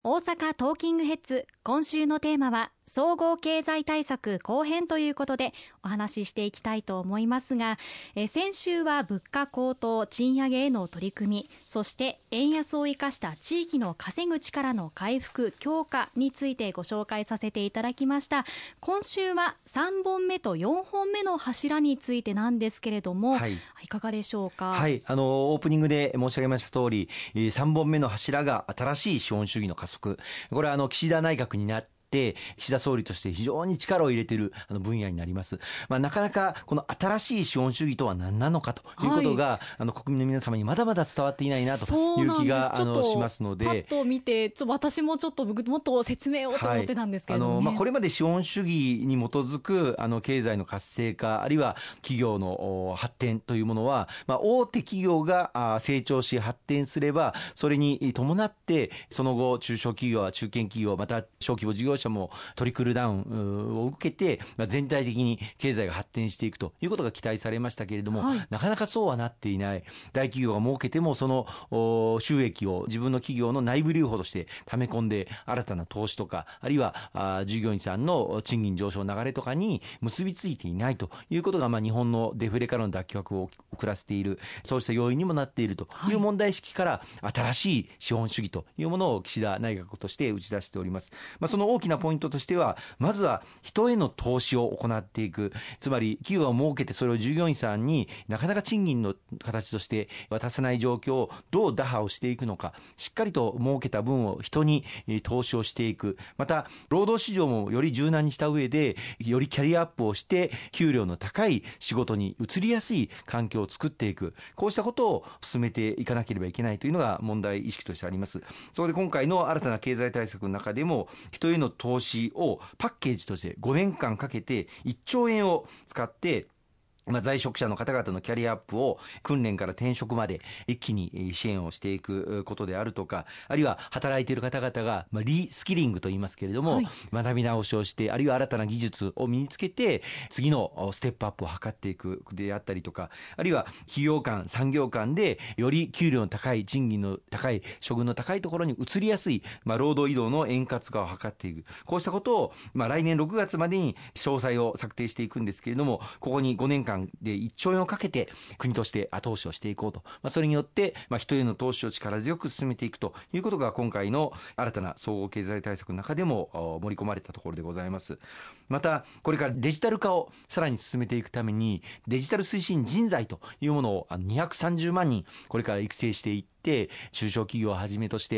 大阪トーキングヘッズ、今週のテーマは総合経済対策後編ということでお話ししていきたいと思いますが、先週は物価高騰、賃上げへの取り組み、そして円安を生かした地域の稼ぐ力の回復強化についてご紹介させていただきました。今週は3本目と4本目の柱についてなんですけれども、いかがでしょうか。 オープニングで申し上げました通り、3本目の柱が新しい資本主義の加速。これは岸田内閣になって岸田総理として非常に力を入れている分野になります。なかなかこの新しい資本主義とは何なのかということが、国民の皆様にまだまだ伝わっていないなという気がしますので、 パッと見て私もちょっともっと説明をと思ってたんですけれども、 これまで資本主義に基づく経済の活性化、あるいは企業の発展というものは、大手企業が成長し発展すればそれに伴ってその後中小企業や中堅企業、また小規模事業者もトリクルダウンを受けて、全体的に経済が発展していくということが期待されましたけれども、なかなかそうはなっていない。大企業が儲けてもその収益を自分の企業の内部留保として溜め込んで新たな投資とか、あるいは従業員さんの賃金上昇流れとかに結びついていないということが、日本のデフレからの脱却を遅らせている、そうした要因にもなっているという問題意識から、新しい資本主義というものを岸田内閣として打ち出しております。その大きなポイントとしては、まずは人への投資を行っていく。つまり企業が儲けてそれを従業員さんになかなか賃金の形として渡せない状況をどう打破をしていくのか、しっかりと儲けた分を人に投資をしていく。また労働市場もより柔軟にした上で、よりキャリアアップをして給料の高い仕事に移りやすい環境を作っていく。こうしたことを進めていかなければいけないというのが問題意識としてあります。そこで今回の新たな経済対策の中でも、人への投資をパッケージとして5年間かけて1兆円を使って在職者の方々のキャリアアップを訓練から転職まで一気に支援をしていくことであるとか、あるいは働いている方々がリスキリングと言いますけれども、学び直しをして、あるいは新たな技術を身につけて次のステップアップを図っていくであったりとか、あるいは企業間産業間でより給料の高い、賃金の高い、処遇の高いところに移りやすい、労働移動の円滑化を図っていく。こうしたことを来年6月までに詳細を策定していくんですけれども、ここに5年間で1兆円をかけて国として後押しをしていこうと、それによって人への投資を力強く進めていくということが今回の新たな総合経済対策の中でも盛り込まれたところでございます。またこれからデジタル化をさらに進めていくために、デジタル推進人材というものを230万人これから育成していって、中小企業をはじめとして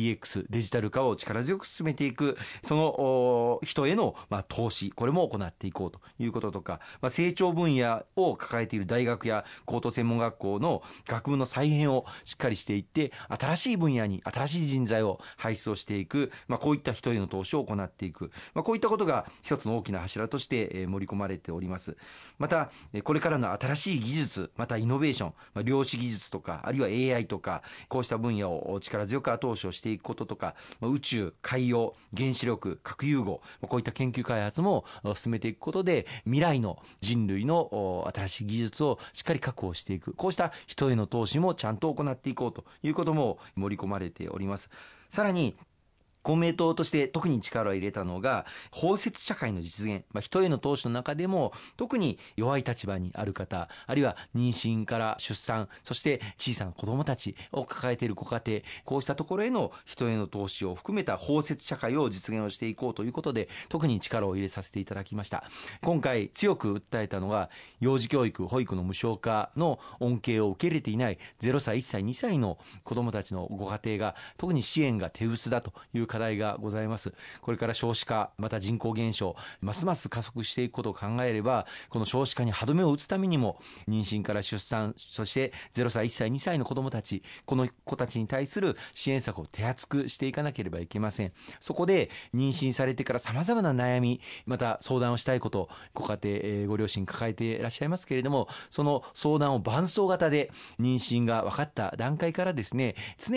DX デジタル化を力強く進めていく、その人への投資、これも行っていこうということとか、成長分野を抱えている大学や高等専門学校の学部の再編をしっかりしていって、新しい分野に新しい人材を輩出をしていく、こういった人への投資を行っていく、こういったことが一つの大きな柱として盛り込まれております。またこれからの新しい技術、またイノベーション、量子技術とか、あるいは AI とか、こうした分野を力強く後押しをしていくこととか、宇宙、海洋、原子力、核融合、こういった研究開発も進めていくことで、未来の人類の新しい技術をしっかり確保していく、こうした人への投資もちゃんと行っていこうということも盛り込まれております。さらに公明党として特に力を入れたのが包摂社会の実現、人への投資の中でも特に弱い立場にある方、あるいは妊娠から出産、そして小さな子どもたちを抱えているご家庭、こうしたところへの人への投資を含めた包摂社会を実現をしていこうということで、特に力を入れさせていただきました。今回強く訴えたのが、幼児教育、保育の無償化の恩恵を受け入れていない0歳、1歳、2歳の子どもたちのご家庭が特に支援が手薄だという課題がございます。これから少子化、また人口減少、ますます加速していくことを考えれば、この少子化に歯止めを打つためにも、妊娠から出産、そして0歳、1歳、2歳の子どもたち、この子たちに対する支援策を手厚くしていかなければいけません。そこで妊娠されてから様々な悩み、また相談をしたいこと、ご家庭、ご両親抱えていらっしゃいますけれども、その相談を伴走型で妊娠が分かった段階からですね、常に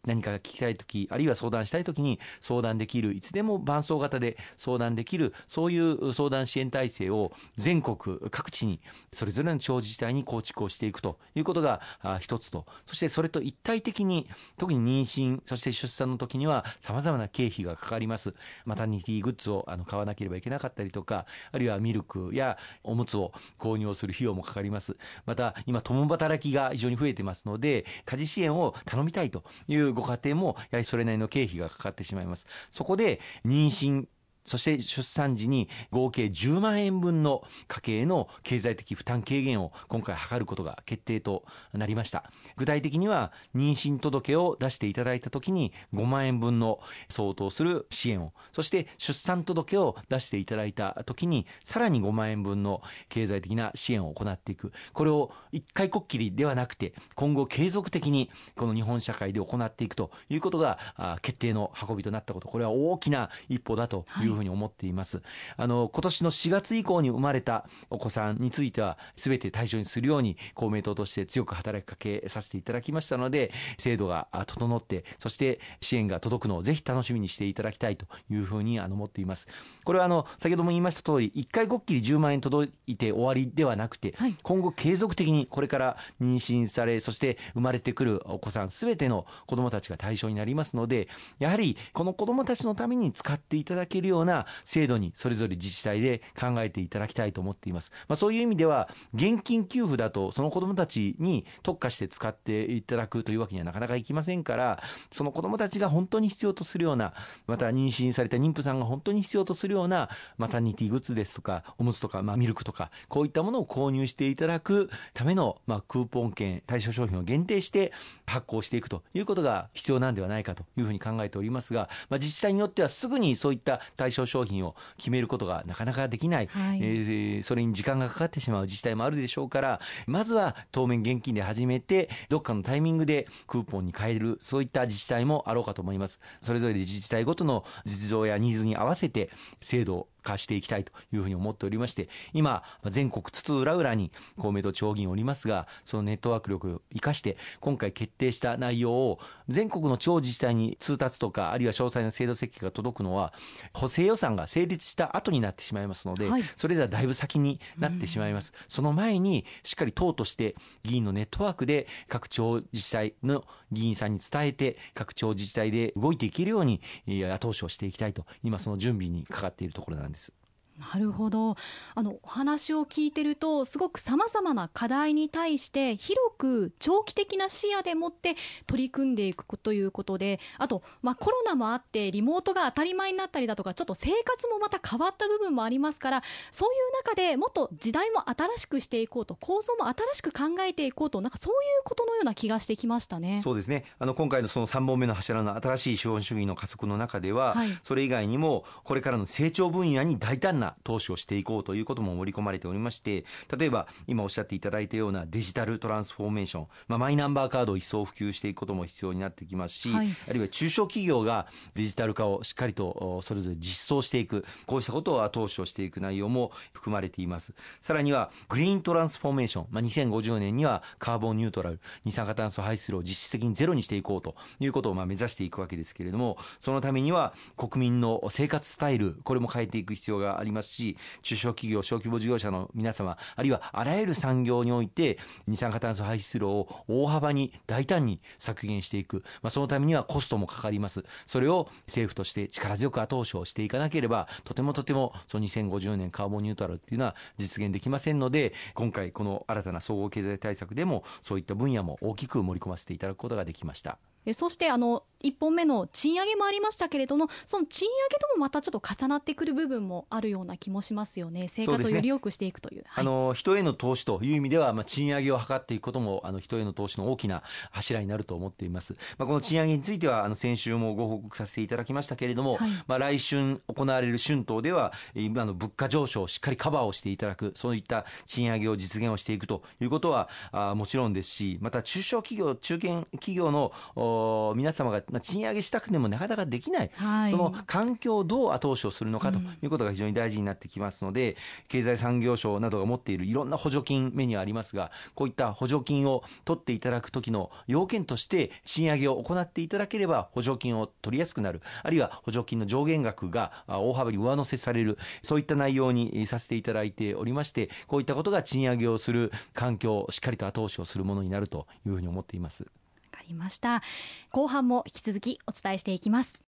何か聞きたいとき、あるいは相談したいときに相談できる、いつでも伴走型で相談できる、そういう相談支援体制を全国各地にそれぞれの地方自治体に構築をしていくということが一つと、そしてそれと一体的に、特に妊娠そして出産の時にはさまざまな経費がかかります。マタニティグッズを買わなければいけなかったりとか、あるいはミルクやおむつを購入をする費用もかかります。また今共働きが非常に増えてますので、家事支援を頼みたいというご家庭もやはりそれなりの経費がかかってしまいます。そこで妊娠そして出産時に合計10万円分の家計の経済的負担軽減を今回図ることが決定となりました。具体的には妊娠届を出していただいたときに5万円分の相当する支援を、そして出産届を出していただいたときにさらに5万円分の経済的な支援を行っていく。これを一回こっきりではなくて今後継続的にこの日本社会で行っていくということが決定の運びとなったこと、これは大きな一歩だというふうに思っています。今年の4月以降に生まれたお子さんについては全て対象にするように公明党として強く働きかけさせていただきましたので、制度が整って、そして支援が届くのをぜひ楽しみにしていただきたいというふうに思っています。これは先ほども言いました通り、一回こっきり10万円届いて終わりではなくて、今後継続的にこれから妊娠され、そして生まれてくるお子さん全ての子どもたちが対象になりますので、やはりこの子どもたちのために使っていただけるような制度にそれぞれ自治体で考えていただきたいと思っています。そういう意味では現金給付だとその子どもたちに特化して使っていただくというわけにはなかなかいきませんから、その子どもたちが本当に必要とするような、また妊娠された妊婦さんが本当に必要とするようなマタニティグッズですとかおむつとか、ミルクとか、こういったものを購入していただくための、クーポン券対象商品を限定して発行していくということが必要なんではないかというふうに考えておりますが、自治体によってはすぐにそういった対象商品を決めることがなかなかできない、それに時間がかかってしまう自治体もあるでしょうから、まずは当面現金で始めてどっかのタイミングでクーポンに変える、そういった自治体もあろうかと思います。それぞれ自治体ごとの実情やニーズに合わせて制度を化していきたいというふうに思っておりまして、今全国津々浦々に公明党地方議員おりますが、そのネットワーク力を生かして今回決定した内容を全国の地方自治体に通達とか、あるいは詳細な制度設計が届くのは補正予算が成立した後になってしまいますので、それではだいぶ先になってしまいます。その前にしっかり党として議員のネットワークで各地方自治体の議員さんに伝えて、各地方自治体で動いていけるように後押しをしていきたいと、今その準備にかかっているところなんです。 なるほど。お話を聞いてるとすごくさまざまな課題に対して広く長期的な視野でもって取り組んでいくということで、あと、コロナもあってリモートが当たり前になったりだとか、ちょっと生活もまた変わった部分もありますから、そういう中でもっと時代も新しくしていこうと、構造も新しく考えていこうと、なんかそういうことのような気がしてきましたね。 そうですね。今回のその3本目の柱の新しい資本主義の加速の中では、それ以外にもこれからの成長分野に大胆な投資をしていこうということも盛り込まれておりまして、例えば今おっしゃっていただいたようなデジタルトランスフォーメーション、マイナンバーカードを一層普及していくことも必要になってきますし、あるいは中小企業がデジタル化をしっかりとそれぞれ実装していく、こうしたことを後押しをしていく内容も含まれています。さらにはグリーントランスフォーメーション、2050年にはカーボンニュートラル、二酸化炭素排出量を実質的にゼロにしていこうということを目指していくわけですけれども、そのためには国民の生活スタイル、これも変えていく必要がありますし、中小企業小規模事業者の皆様、あるいはあらゆる産業において二酸化炭素排出量を大幅に大胆に削減していく、そのためにはコストもかかります。それを政府として力強く後押しをしていかなければ、とてもその2050年カーボンニュートラルっていうのは実現できませんので、今回この新たな総合経済対策でもそういった分野も大きく盛り込ませていただくことができました。 そして1本目の賃上げもありましたけれども、その賃上げともまたちょっと重なってくる部分もあるような気もしますよね。生活をより良くしていくという。 人への投資という意味では、賃上げを図っていくことも人への投資の大きな柱になると思っています。この賃上げについては先週もご報告させていただきましたけれども、来春行われる春闘では今の物価上昇をしっかりカバーをしていただく、そういった賃上げを実現をしていくということはもちろんですし、また中小企業中堅企業の皆様が賃上げしたくてもなかなかできない、 はい、 その環境をどう後押しをするのかということが非常に大事になってきますので、経済産業省などが持っているいろんな補助金メニューありますが、こういった補助金を取っていただく時の要件として賃上げを行っていただければ補助金を取りやすくなる、あるいは補助金の上限額が大幅に上乗せされる、そういった内容にさせていただいておりまして、こういったことが賃上げをする環境をしっかりと後押しをするものになるというふうに思っています。 わかりました。後半も引き続きお伝えしていきます。